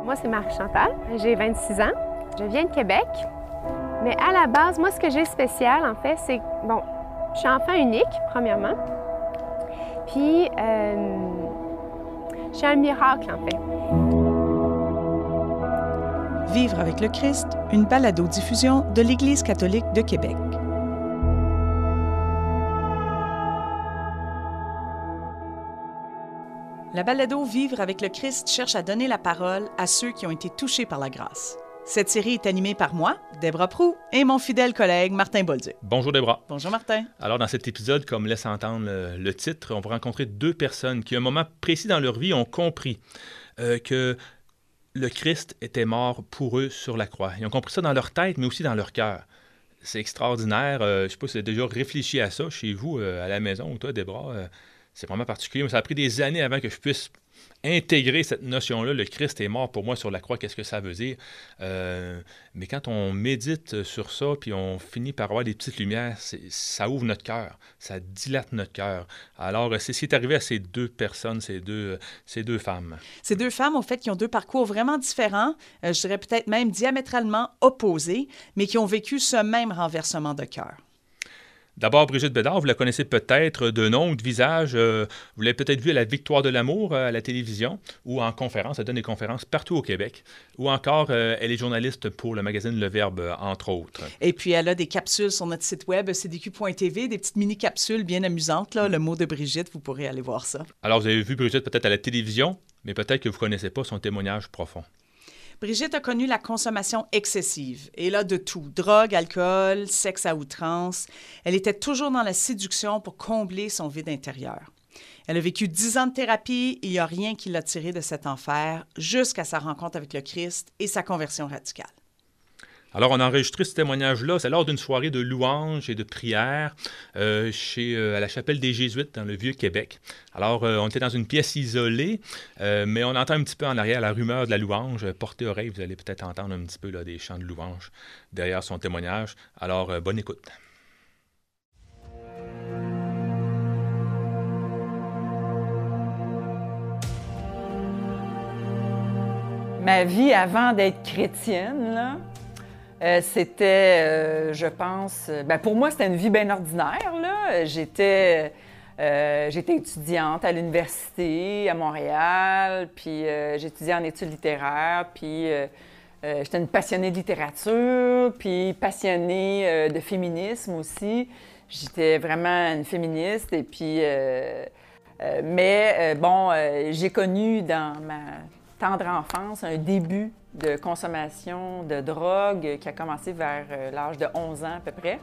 Moi, c'est Marie-Chantal, j'ai 26 ans, je viens de Québec, mais à la base, moi, ce que j'ai de spécial, en fait, c'est, bon, je suis enfant unique, premièrement, puis je suis un miracle, en fait. Vivre avec le Christ, une balado-diffusion de l'Église catholique de Québec. La balado Vivre avec le Christ cherche à donner la parole à ceux qui ont été touchés par la grâce. Cette série est animée par moi, Debra Proulx, et mon fidèle collègue Martin Bolduc. Bonjour Debra. Bonjour Martin. Alors dans cet épisode, comme laisse entendre le titre, on va rencontrer deux personnes qui à un moment précis dans leur vie ont compris que le Christ était mort pour eux sur la croix. Ils ont compris ça dans leur tête, mais aussi dans leur cœur. C'est extraordinaire. Je ne sais pas si vous avez déjà réfléchi à ça chez vous, à la maison, ou toi, Debra. C'est vraiment particulier. Mais ça a pris des années avant que je puisse intégrer cette notion-là. Le Christ est mort pour moi sur la croix. Qu'est-ce que ça veut dire? Mais quand on médite sur ça, puis on finit par avoir des petites lumières, ça ouvre notre cœur. Ça dilate notre cœur. Alors, c'est ce qui est arrivé à ces deux personnes, ces deux femmes. Ces deux femmes, au fait, qui ont deux parcours vraiment différents, je dirais peut-être même diamétralement opposés, mais qui ont vécu ce même renversement de cœur. D'abord, Brigitte Bédard, vous la connaissez peut-être de nom ou de visage. Vous l'avez peut-être vue à la Victoire de l'amour à la télévision ou en conférence. Elle donne des conférences partout au Québec. Ou encore, elle est journaliste pour le magazine Le Verbe, entre autres. Et puis, elle a des capsules sur notre site web, cdq.tv, des petites mini-capsules bien amusantes. Là. Le mot de Brigitte, vous pourrez aller voir ça. Alors, vous avez vu Brigitte peut-être à la télévision, mais peut-être que vous ne connaissez pas son témoignage profond. Brigitte a connu la consommation excessive, et là de tout, drogue, alcool, sexe à outrance. Elle était toujours dans la séduction pour combler son vide intérieur. Elle a vécu 10 ans de thérapie et il n'y a rien qui l'a tirée de cet enfer jusqu'à sa rencontre avec le Christ et sa conversion radicale. Alors, on a enregistré ce témoignage-là, c'est lors d'une soirée de louanges et de prières à la chapelle des Jésuites dans le Vieux-Québec. Alors, on était dans une pièce isolée, mais on entend un petit peu en arrière la rumeur de la louange. Portez oreille, vous allez peut-être entendre un petit peu là, des chants de louange derrière son témoignage. Alors, bonne écoute. Ma vie avant d'être chrétienne, là, c'était, je pense, pour moi, c'était une vie bien ordinaire, là. J'étais étudiante à l'université à Montréal, puis j'étudiais en études littéraires, puis j'étais une passionnée de littérature, puis passionnée de féminisme aussi. J'étais vraiment une féministe, et puis... j'ai connu dans ma tendre enfance un début de consommation de drogue qui a commencé vers l'âge de 11 ans à peu près.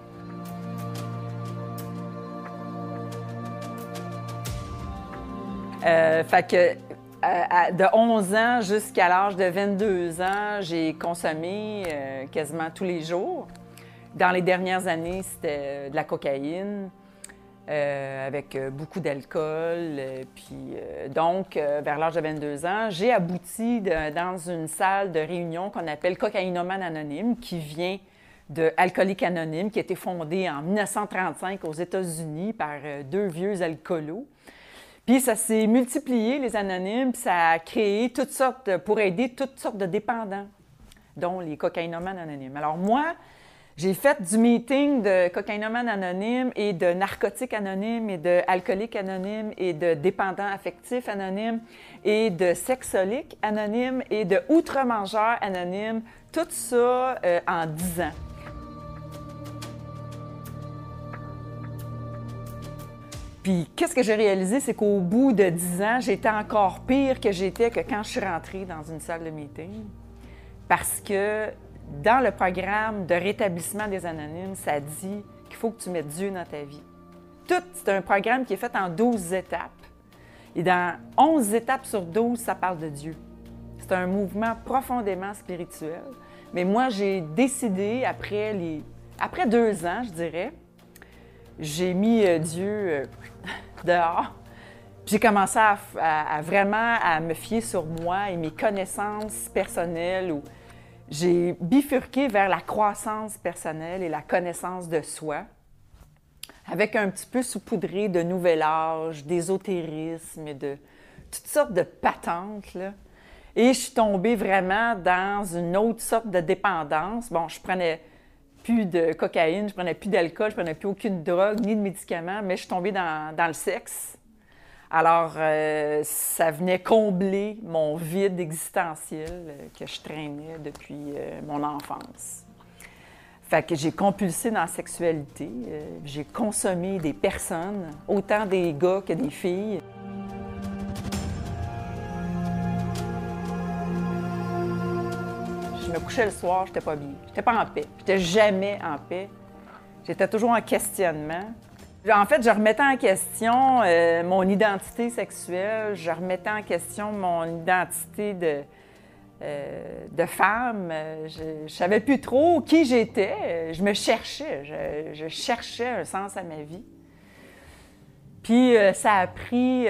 De 11 ans jusqu'à l'âge de 22 ans, j'ai consommé quasiment tous les jours. Dans les dernières années, c'était de la cocaïne. Avec beaucoup d'alcool. Vers l'âge de 22 ans, j'ai abouti dans une salle de réunion qu'on appelle Cocaïnomane Anonyme, qui vient de Alcooliques Anonymes, qui a été fondée en 1935 aux États-Unis par deux vieux alcoolos. Puis ça s'est multiplié, les anonymes, puis ça a créé pour aider toutes sortes de dépendants, dont les Cocaïnomanes Anonymes. Alors moi, j'ai fait du meeting de cocaïnomanes anonymes et de narcotiques anonymes et de alcooliques anonymes et de dépendants affectifs anonymes et de sexoliques anonymes et de outre-mangeurs anonymes, tout ça en 10 ans. Puis qu'est-ce que j'ai réalisé, c'est qu'au bout de 10 ans, j'étais encore pire que j'étais que quand je suis rentrée dans une salle de meeting, parce que dans le programme de rétablissement des anonymes, ça dit qu'il faut que tu mettes Dieu dans ta vie. C'est un programme qui est fait en 12 étapes. Et dans 11 étapes sur 12, ça parle de Dieu. C'est un mouvement profondément spirituel. Mais moi, j'ai décidé, après 2 ans, je dirais, j'ai mis Dieu dehors. J'ai commencé à vraiment à me fier sur moi et mes connaissances personnelles. J'ai bifurqué vers la croissance personnelle et la connaissance de soi, avec un petit peu saupoudré de nouvel âge, d'ésotérisme et de toutes sortes de patentes, là. Et je suis tombée vraiment dans une autre sorte de dépendance. Bon, je prenais plus de cocaïne, je prenais plus d'alcool, je prenais plus aucune drogue, ni de médicaments, mais je suis tombée dans le sexe. Alors, ça venait combler mon vide existentiel que je traînais depuis mon enfance. Fait que j'ai compulsé dans la sexualité. J'ai consommé des personnes, autant des gars que des filles. Je me couchais le soir, j'étais pas bien. J'étais pas en paix. J'étais jamais en paix. J'étais toujours en questionnement. En fait, je remettais en question mon identité sexuelle, je remettais en question mon identité de femme. Je savais plus trop qui j'étais. Je me cherchais. Je cherchais un sens à ma vie. Puis ça a pris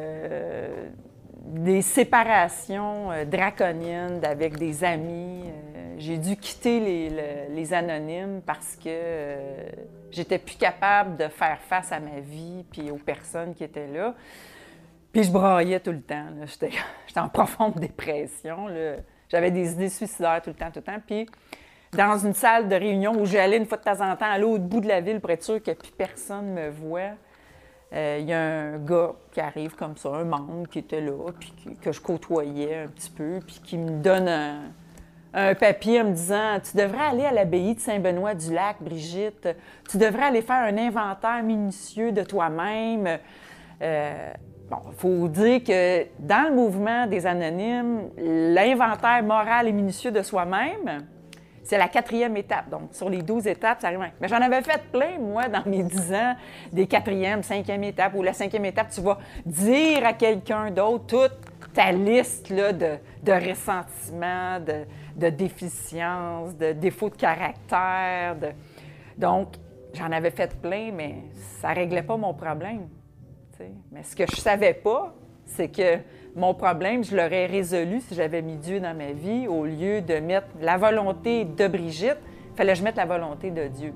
des séparations draconiennes avec des amis. J'ai dû quitter les anonymes parce que j'étais plus capable de faire face à ma vie puis aux personnes qui étaient là. Puis je braillais tout le temps. J'étais en profonde dépression. Là. J'avais des idées suicidaires tout le temps. Puis dans une salle de réunion où j'allais une fois de temps en temps à l'autre bout de la ville pour être sûre que plus personne me voit, il y a un gars qui arrive comme ça, un membre qui était là, puis que je côtoyais un petit peu, puis qui me donne un papier en me disant « Tu devrais aller à l'abbaye de Saint-Benoît-du-Lac, Brigitte. Tu devrais aller faire un inventaire minutieux de toi-même. » Bon, il faut dire que dans le mouvement des anonymes, l'inventaire moral et minutieux de soi-même, c'est la 4e étape. Donc, sur les 12 étapes, ça arrive. Mais j'en avais fait plein, moi, dans mes 10 ans, des 4e, 5e étapes, ou la 5e étape, tu vas dire à quelqu'un d'autre toute ta liste là, de ressentiments, de déficiences, de défauts de caractère. Donc, j'en avais fait plein, mais ça ne réglait pas mon problème. T'sais. Mais ce que je ne savais pas, c'est que mon problème, je l'aurais résolu si j'avais mis Dieu dans ma vie au lieu de mettre la volonté de Brigitte, il fallait que je mette la volonté de Dieu.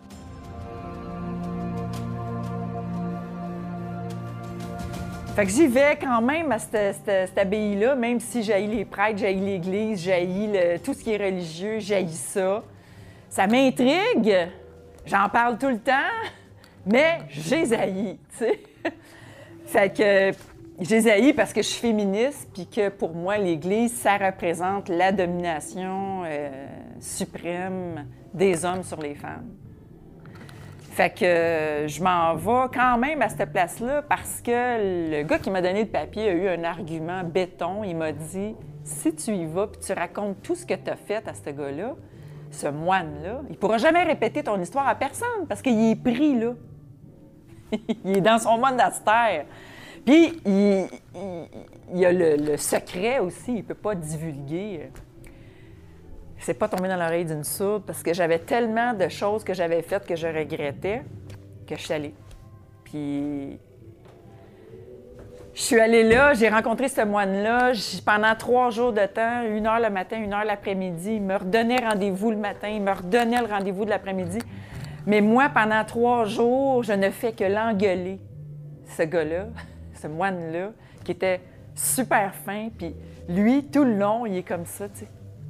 Fait que j'y vais quand même à cette abbaye-là, même si j'haïs les prêtres, j'haïs l'Église, j'haïs tout ce qui est religieux, j'haïs ça. Ça m'intrigue, j'en parle tout le temps, mais j'ai haïs, tu sais. Fait que j'ai haïs parce que je suis féministe, puis que pour moi, l'Église, ça représente la domination suprême des hommes sur les femmes. Fait que je m'en vais quand même à cette place-là parce que le gars qui m'a donné le papier a eu un argument béton. Il m'a dit, si tu y vas puis tu racontes tout ce que tu as fait à ce gars-là, ce moine-là, il ne pourra jamais répéter ton histoire à personne parce qu'il est pris, là. Il est dans son monastère. Puis, il y a le secret aussi, il ne peut pas divulguer. C'est pas tombé dans l'oreille d'une sourde parce que j'avais tellement de choses que j'avais faites que je regrettais que je suis allée. Puis, je suis allée là, j'ai rencontré ce moine-là. Pendant 3 jours de temps, 1 heure le matin, 1 heure l'après-midi, il me redonnait rendez-vous le matin, il me redonnait le rendez-vous de l'après-midi. Mais moi, pendant 3 jours, je ne fais que l'engueuler, ce gars-là, ce moine-là, qui était super fin. Puis lui, tout le long, il est comme ça, tu sais.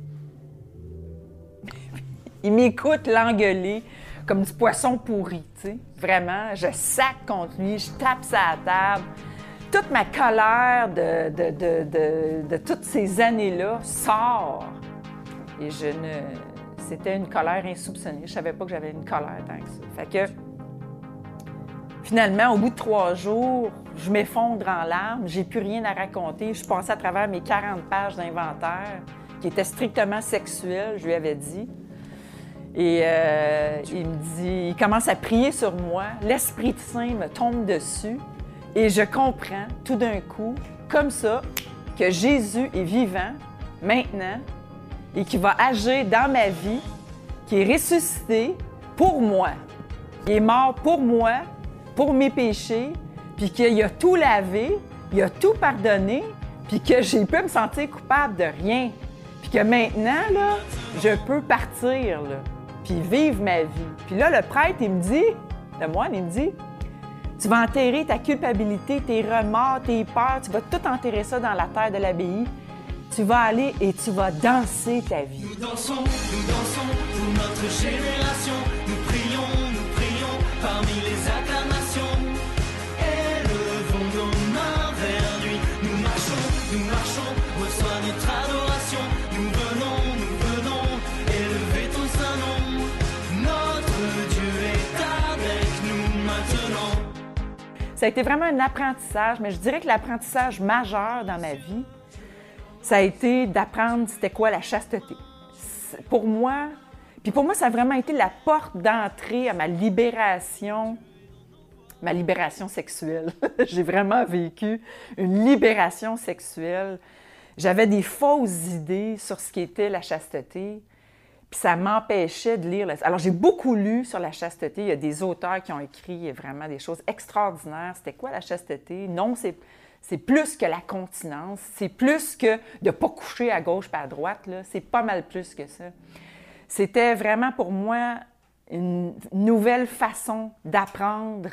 Il m'écoute l'engueuler comme du poisson pourri, tu sais. Vraiment, je sac contre lui, je tape sa table. Toute ma colère de toutes ces années-là sort. Et c'était une colère insoupçonnée. Je savais pas que j'avais une colère tant que ça. Fait que, finalement, au bout de 3 jours, je m'effondre en larmes. J'ai plus rien à raconter. Je suis passée à travers mes 40 pages d'inventaire qui étaient strictement sexuels, je lui avais dit. Et il commence à prier sur moi. L'Esprit Saint me tombe dessus. Et je comprends tout d'un coup, comme ça, que Jésus est vivant maintenant et qu'il va agir dans ma vie, qui est ressuscité pour moi. Il est mort pour moi, pour mes péchés, puis qu'il a tout lavé, il a tout pardonné, puis que j'ai pu me sentir coupable de rien. Puis que maintenant, là, je peux partir, là, puis vivre ma vie. Puis là, le prêtre, il me dit, le moine, il me dit, tu vas enterrer ta culpabilité, tes remords, tes peurs, tu vas tout enterrer ça dans la terre de l'abbaye. Tu vas aller et tu vas danser ta vie. Nous dansons pour notre génération. Nous prions parmi les acclamations. Élevons nos mains vers lui. Nous marchons, reçois notre adoration. Nous venons, élever ton saint nom. Notre Dieu est avec nous maintenant. Ça a été vraiment un apprentissage, mais je dirais que l'apprentissage majeur dans ma vie, ça a été d'apprendre c'était quoi la chasteté. Pour moi, ça a vraiment été la porte d'entrée à ma libération sexuelle. J'ai vraiment vécu une libération sexuelle. J'avais des fausses idées sur ce qu'était la chasteté, puis ça m'empêchait de lire. Alors, j'ai beaucoup lu sur la chasteté. Il y a des auteurs qui ont écrit vraiment des choses extraordinaires. C'était quoi la chasteté? Non, c'est plus que la continence. C'est plus que de ne pas coucher à gauche et à droite. Là. C'est pas mal plus que ça. C'était vraiment pour moi une nouvelle façon d'apprendre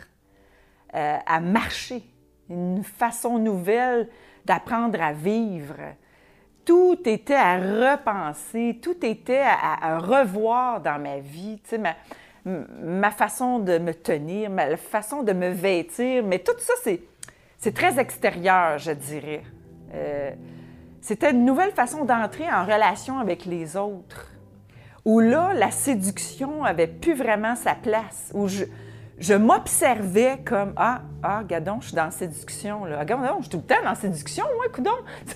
à marcher, une façon nouvelle d'apprendre à vivre. Tout était à repenser, tout était à revoir dans ma vie. Tu sais, ma façon de me tenir, ma façon de me vêtir, mais tout ça, c'est très extérieur, je dirais. C'était une nouvelle façon d'entrer en relation avec les autres, où là, la séduction n'avait plus vraiment sa place, où je m'observais comme « Ah, gadon, je suis dans la séduction. Là. Ah, gadon, je suis tout le temps dans la séduction, moi, coudon! »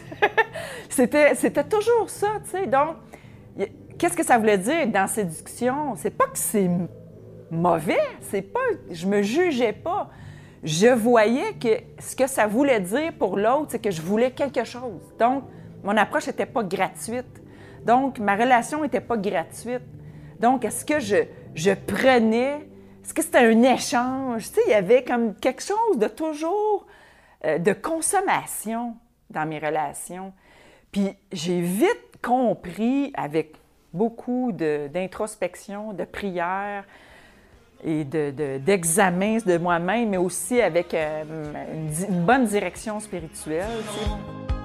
C'était toujours ça, tu sais. Donc, qu'est-ce que ça voulait dire dans la séduction? C'est pas que c'est mauvais, c'est pas... Je me jugeais pas. Je voyais que ce que ça voulait dire pour l'autre, c'est que je voulais quelque chose. Donc, mon approche n'était pas gratuite. Donc, ma relation n'était pas gratuite. Donc, est-ce que je prenais... Est-ce que c'était un échange? Tu sais, il y avait comme quelque chose de toujours de consommation dans mes relations. Puis j'ai vite compris, avec beaucoup d'introspection, de prière et d'examen de moi-même, mais aussi avec une bonne direction spirituelle. Tu sais.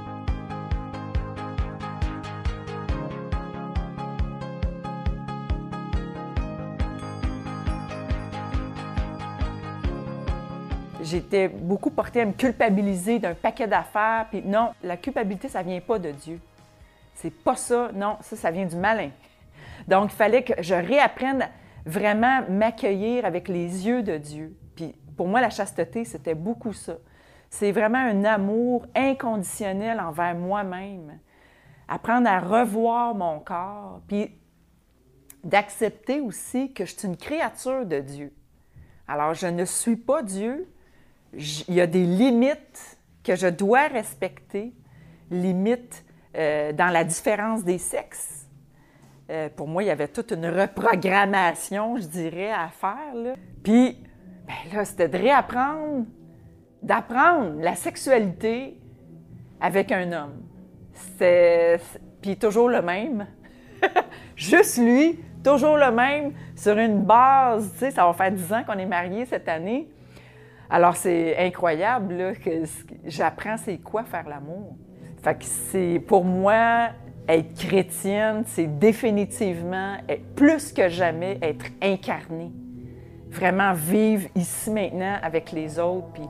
J'étais beaucoup portée à me culpabiliser d'un paquet d'affaires. Puis non, la culpabilité, ça vient pas de Dieu. C'est pas ça. Non, ça vient du malin. Donc, il fallait que je réapprenne vraiment m'accueillir avec les yeux de Dieu. Puis pour moi, la chasteté, c'était beaucoup ça. C'est vraiment un amour inconditionnel envers moi-même. Apprendre à revoir mon corps, puis d'accepter aussi que je suis une créature de Dieu. Alors, je ne suis pas Dieu. Il y a des limites que je dois respecter, limites dans la différence des sexes. Pour moi, il y avait toute une reprogrammation, je dirais, à faire. Là. Puis, là, c'était de réapprendre, d'apprendre la sexualité avec un homme. Puis toujours le même. Juste lui, toujours le même, sur une base. Tu sais, ça va faire 10 ans qu'on est mariés cette année. Alors, c'est incroyable là, que j'apprends c'est quoi faire l'amour. Fait que c'est, pour moi, être chrétienne, c'est définitivement, plus que jamais, être incarnée. Vraiment vivre ici, maintenant, avec les autres. Puis,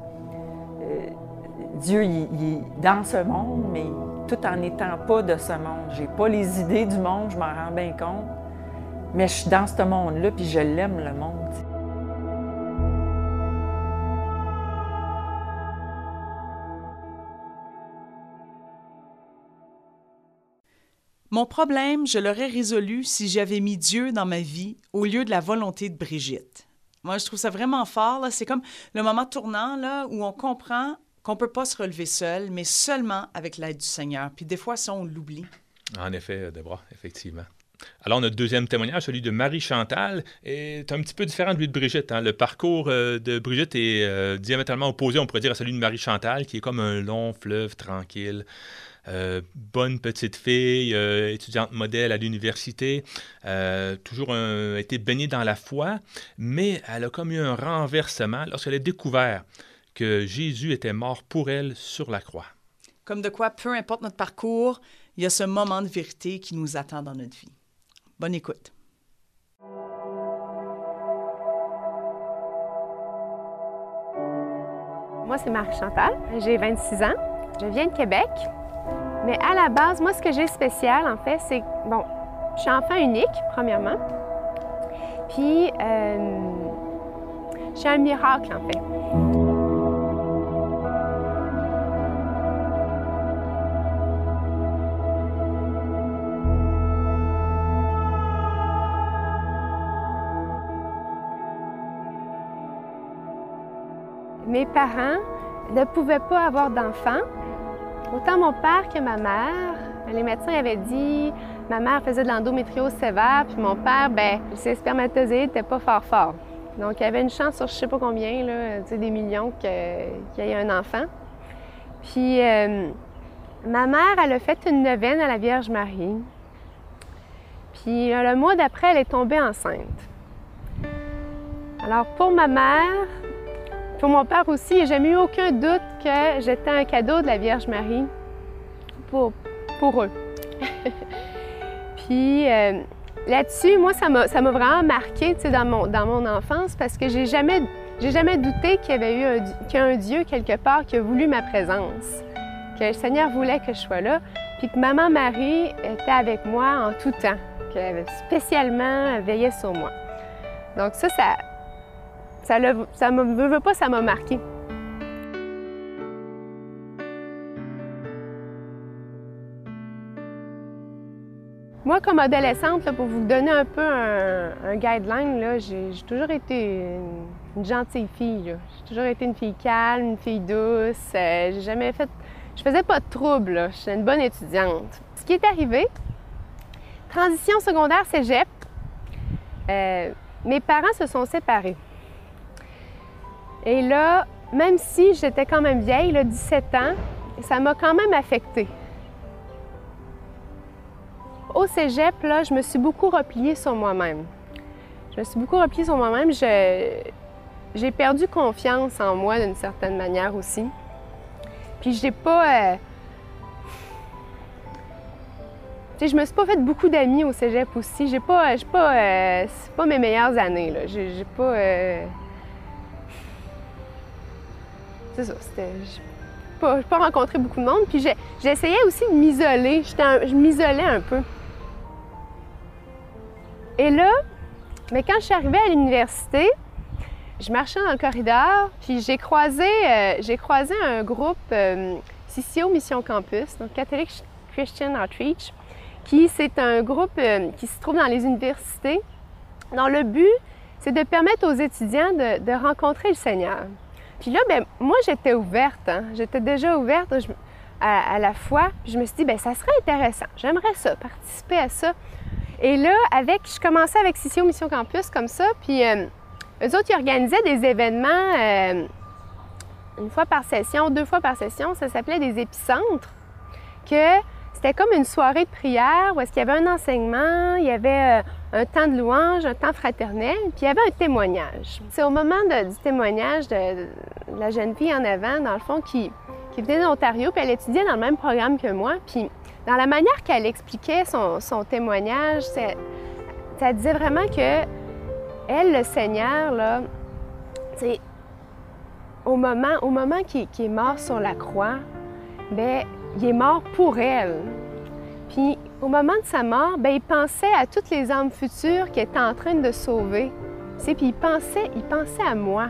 Dieu, il est dans ce monde, mais tout en n'étant pas de ce monde. J'ai pas les idées du monde, je m'en rends bien compte. Mais je suis dans ce monde-là, puis je l'aime, le monde. Mon problème, je l'aurais résolu si j'avais mis Dieu dans ma vie au lieu de la volonté de Brigitte. Moi, je trouve ça vraiment fort. Là. C'est comme le moment tournant là, où on comprend qu'on ne peut pas se relever seul, mais seulement avec l'aide du Seigneur. Puis des fois, ça, on l'oublie. En effet, Deborah, effectivement. Alors, notre deuxième témoignage, celui de Marie-Chantal, est un petit peu différent de lui de Brigitte. Hein. Le parcours de Brigitte est diamétralement opposé, on pourrait dire, à celui de Marie-Chantal, qui est comme un long fleuve tranquille. Bonne petite fille, étudiante modèle à l'université, toujours été baignée dans la foi, mais elle a comme eu un renversement lorsqu'elle a découvert que Jésus était mort pour elle sur la croix. Comme de quoi, peu importe notre parcours, il y a ce moment de vérité qui nous attend dans notre vie. Bonne écoute. Moi, c'est Marie-Chantal, j'ai 26 ans, je viens de Québec, mais à la base, moi, ce que j'ai de spécial, en fait, c'est, bon, je suis enfant unique, premièrement, puis je suis un miracle, en fait. Mes parents ne pouvaient pas avoir d'enfants. Autant mon père que ma mère. Les médecins avaient dit, ma mère faisait de l'endométriose sévère, puis mon père, ses spermatozoïdes n'étaient pas fort. Donc, il y avait une chance sur je sais pas combien, là, des millions qu'il y ait un enfant. Puis, ma mère, elle a fait une neuvaine à la Vierge Marie. Puis, le mois d'après, elle est tombée enceinte. Alors, pour ma mère, pour mon père aussi, j'ai jamais eu aucun doute que j'étais un cadeau de la Vierge Marie pour eux. Puis là-dessus, moi, ça m'a vraiment marqué dans mon enfance parce que j'ai jamais douté qu'il y avait un Dieu quelque part qui a voulu ma présence, que le Seigneur voulait que je sois là, puis que Maman Marie était avec moi en tout temps, qu'elle spécialement veillait sur moi. Donc ça me veut pas, ça m'a marqué. Moi, comme adolescente, là, pour vous donner un peu un guideline, là, j'ai toujours été une gentille fille. Là. J'ai toujours été une fille calme, une fille douce. J'ai jamais fait... Je faisais pas de trouble. Là. J'étais une bonne étudiante. Ce qui est arrivé, transition secondaire cégep, mes parents se sont séparés. Et là, même si j'étais quand même vieille, là, 17 ans, ça m'a quand même affectée. Au cégep, là, je me suis beaucoup repliée sur moi-même. J'ai perdu confiance en moi d'une certaine manière aussi. Puis j'ai pas... je me suis pas fait beaucoup d'amis au cégep aussi. C'est pas mes meilleures années, là. J'ai pas... C'est ça, j'ai pas rencontré beaucoup de monde. Puis j'essayais aussi de m'isoler. Je m'isolais un peu. Et là, mais quand je suis arrivée à l'université, je marchais dans le corridor, puis j'ai croisé un groupe CCO Mission Campus, donc Catholic Christian Outreach, c'est un groupe qui se trouve dans les universités, dont le but, c'est de permettre aux étudiants de rencontrer le Seigneur. Puis là, moi, j'étais ouverte, hein? J'étais déjà ouverte à la foi, puis je me suis dit, ça serait intéressant, j'aimerais ça, participer à ça. Et là, je commençais avec CCO Mission Campus comme ça, puis eux autres, ils organisaient des événements une fois par session, 2 fois par session, ça s'appelait des épicentres, que c'était comme une soirée de prière où est-ce qu'il y avait un enseignement, il y avait un temps de louange, un temps fraternel, puis il y avait un témoignage. C'est au moment du témoignage de la jeune fille en avant, dans le fond, qui venait d'Ontario, puis elle étudiait dans le même programme que moi, puis dans la manière qu'elle expliquait son témoignage, ça disait vraiment que elle, le Seigneur, là, au moment qu'il est mort sur la croix, il est mort pour elle. Puis au moment de sa mort, il pensait à toutes les âmes futures qu'il était en train de sauver. Puis il pensait à moi.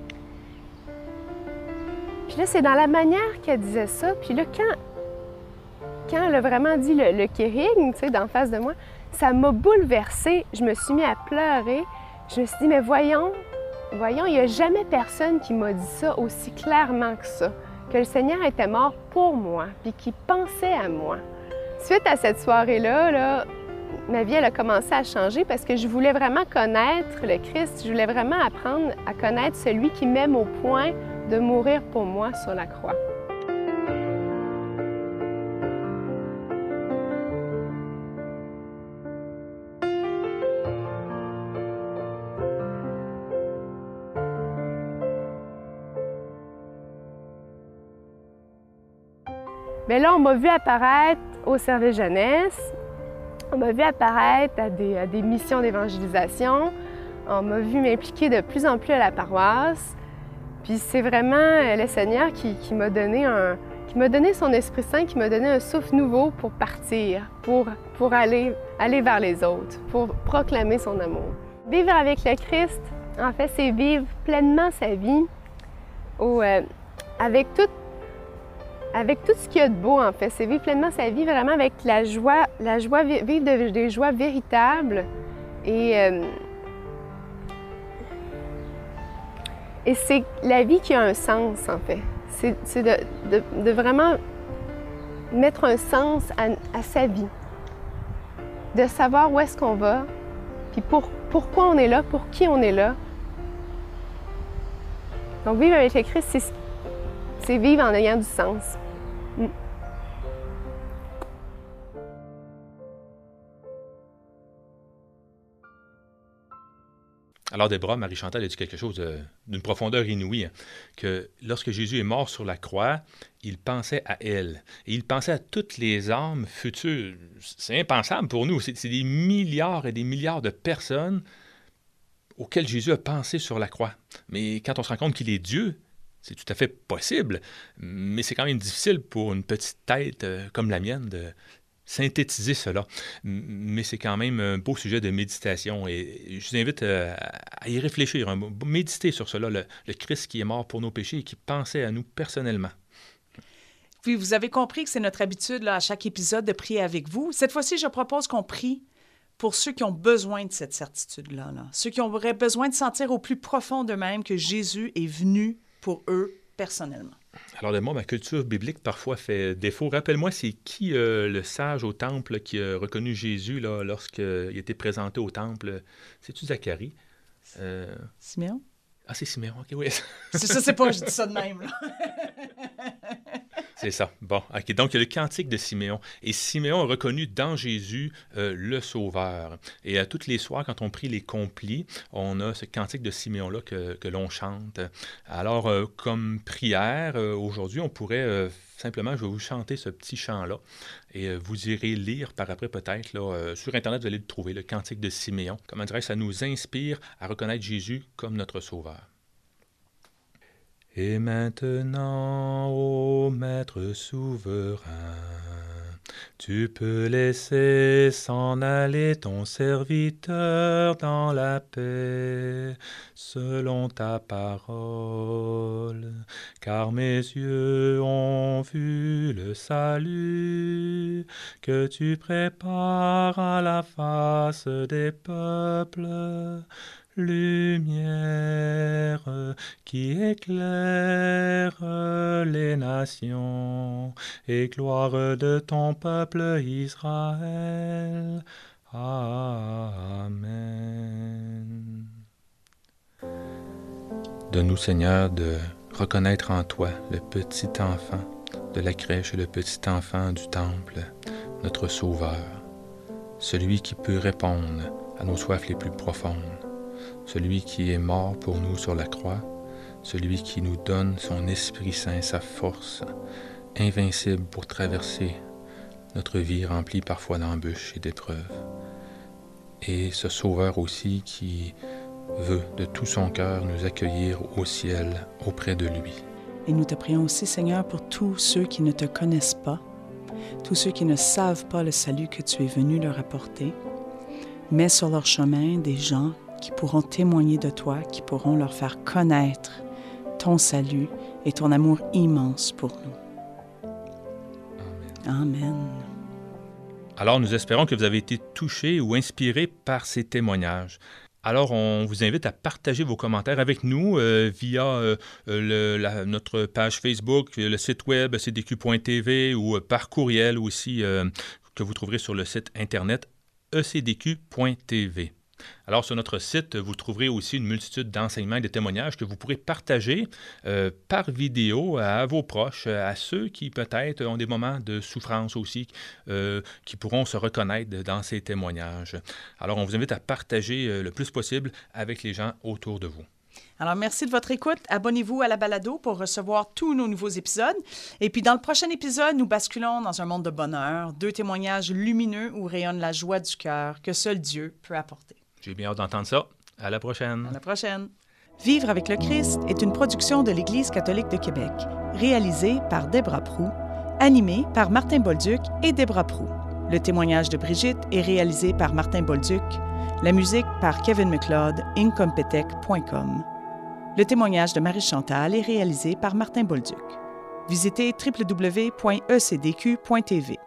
Puis là, c'est dans la manière qu'elle disait ça. Puis là, quand elle a vraiment dit le kérigme, d'en face de moi, ça m'a bouleversée. Je me suis mis à pleurer. Je me suis dit, mais voyons, il n'y a jamais personne qui m'a dit ça aussi clairement que ça. Que le Seigneur était mort pour moi, puis qu'il pensait à moi. Suite à cette soirée-là, ma vie, elle a commencé à changer parce que je voulais vraiment connaître le Christ. Je voulais vraiment apprendre à connaître celui qui m'aime au point de mourir pour moi sur la croix. Mais là, on m'a vu apparaître au service jeunesse, on m'a vu apparaître à des missions d'évangélisation, on m'a vu m'impliquer de plus en plus à la paroisse. Puis c'est vraiment le Seigneur qui m'a donné son Esprit Saint, qui m'a donné un souffle nouveau pour partir, pour aller vers les autres, pour proclamer son amour. Vivre avec le Christ, en fait, c'est vivre pleinement sa vie avec tout ce qu'il y a de beau, en fait. C'est vivre pleinement sa vie vraiment avec la joie vivre des joies véritables et c'est la vie qui a un sens, en fait. C'est de vraiment mettre un sens à sa vie. De savoir où est-ce qu'on va, puis pourquoi on est là, pour qui on est là. Donc, vivre avec le Christ, c'est vivre en ayant du sens. Alors, Déborah, Marie-Chantal a dit quelque chose d'une profondeur inouïe, hein, que lorsque Jésus est mort sur la croix, il pensait à elle. Et il pensait à toutes les âmes futures. C'est impensable pour nous. C'est des milliards et des milliards de personnes auxquelles Jésus a pensé sur la croix. Mais quand on se rend compte qu'il est Dieu, c'est tout à fait possible. Mais c'est quand même difficile pour une petite tête comme la mienne de synthétiser cela. Mais c'est quand même un beau sujet de méditation et je vous invite à y réfléchir, méditer sur cela, le Christ qui est mort pour nos péchés et qui pensait à nous personnellement. Puis vous avez compris que c'est notre habitude là, à chaque épisode de prier avec vous. Cette fois-ci, je propose qu'on prie pour ceux qui ont besoin de cette certitude-là, ceux qui auraient besoin de sentir au plus profond d'eux-mêmes que Jésus est venu pour eux personnellement. Alors, de moi, ma culture biblique parfois fait défaut. Rappelle-moi, c'est qui le sage au temple là, qui a reconnu Jésus là, lorsqu'il était présenté au temple? C'est-tu Zacharie? Siméon? Ah, c'est Siméon, OK, oui. C'est pas, je dis ça de même, là. C'est ça. Bon, OK. Donc, il y a le cantique de Siméon. Et Siméon a reconnu dans Jésus le Sauveur. Et à toutes les soirs, quand on prie les complis, on a ce cantique de Siméon-là que l'on chante. Alors, comme prière, aujourd'hui, on pourrait simplement, je vais vous chanter ce petit chant-là. Et vous irez lire par après peut-être. Là, sur Internet, vous allez le trouver, le cantique de Siméon. Comment dirais-je, ça nous inspire à reconnaître Jésus comme notre Sauveur. Et maintenant, ô Maître souverain, tu peux laisser s'en aller ton serviteur dans la paix, selon ta parole, car mes yeux ont vu le salut que tu prépares à la face des peuples. Lumière qui éclaire les nations et gloire de ton peuple Israël. Amen. Donne-nous, Seigneur, de reconnaître en toi le petit enfant de la crèche et le petit enfant du temple, notre Sauveur, celui qui peut répondre à nos soifs les plus profondes. Celui qui est mort pour nous sur la croix, celui qui nous donne son Esprit Saint, sa force, invincible pour traverser notre vie remplie parfois d'embûches et d'épreuves. Et ce Sauveur aussi qui veut de tout son cœur nous accueillir au ciel auprès de lui. Et nous te prions aussi, Seigneur, pour tous ceux qui ne te connaissent pas, tous ceux qui ne savent pas le salut que tu es venu leur apporter. Mets sur leur chemin des gens qui pourront témoigner de toi, qui pourront leur faire connaître ton salut et ton amour immense pour nous. Amen. Amen. Alors, nous espérons que vous avez été touchés ou inspirés par ces témoignages. Alors, on vous invite à partager vos commentaires avec nous via notre page Facebook, le site web ecdq.tv ou par courriel aussi que vous trouverez sur le site Internet ecdq.tv. Alors, sur notre site, vous trouverez aussi une multitude d'enseignements et de témoignages que vous pourrez partager par vidéo à vos proches, à ceux qui peut-être ont des moments de souffrance aussi, qui pourront se reconnaître dans ces témoignages. Alors, on vous invite à partager le plus possible avec les gens autour de vous. Alors, merci de votre écoute. Abonnez-vous à la balado pour recevoir tous nos nouveaux épisodes. Et puis, dans le prochain épisode, nous basculons dans un monde de bonheur, 2 témoignages lumineux où rayonne la joie du cœur que seul Dieu peut apporter. J'ai bien hâte d'entendre ça. À la prochaine. À la prochaine. Vivre avec le Christ est une production de l'Église catholique de Québec, réalisée par Debra Proulx, animée par Martin Bolduc et Debra Proulx. Le témoignage de Brigitte est réalisé par Martin Bolduc. La musique par Kevin McLeod, incompetech.com. Le témoignage de Marie-Chantal est réalisé par Martin Bolduc. Visitez www.ecdq.tv.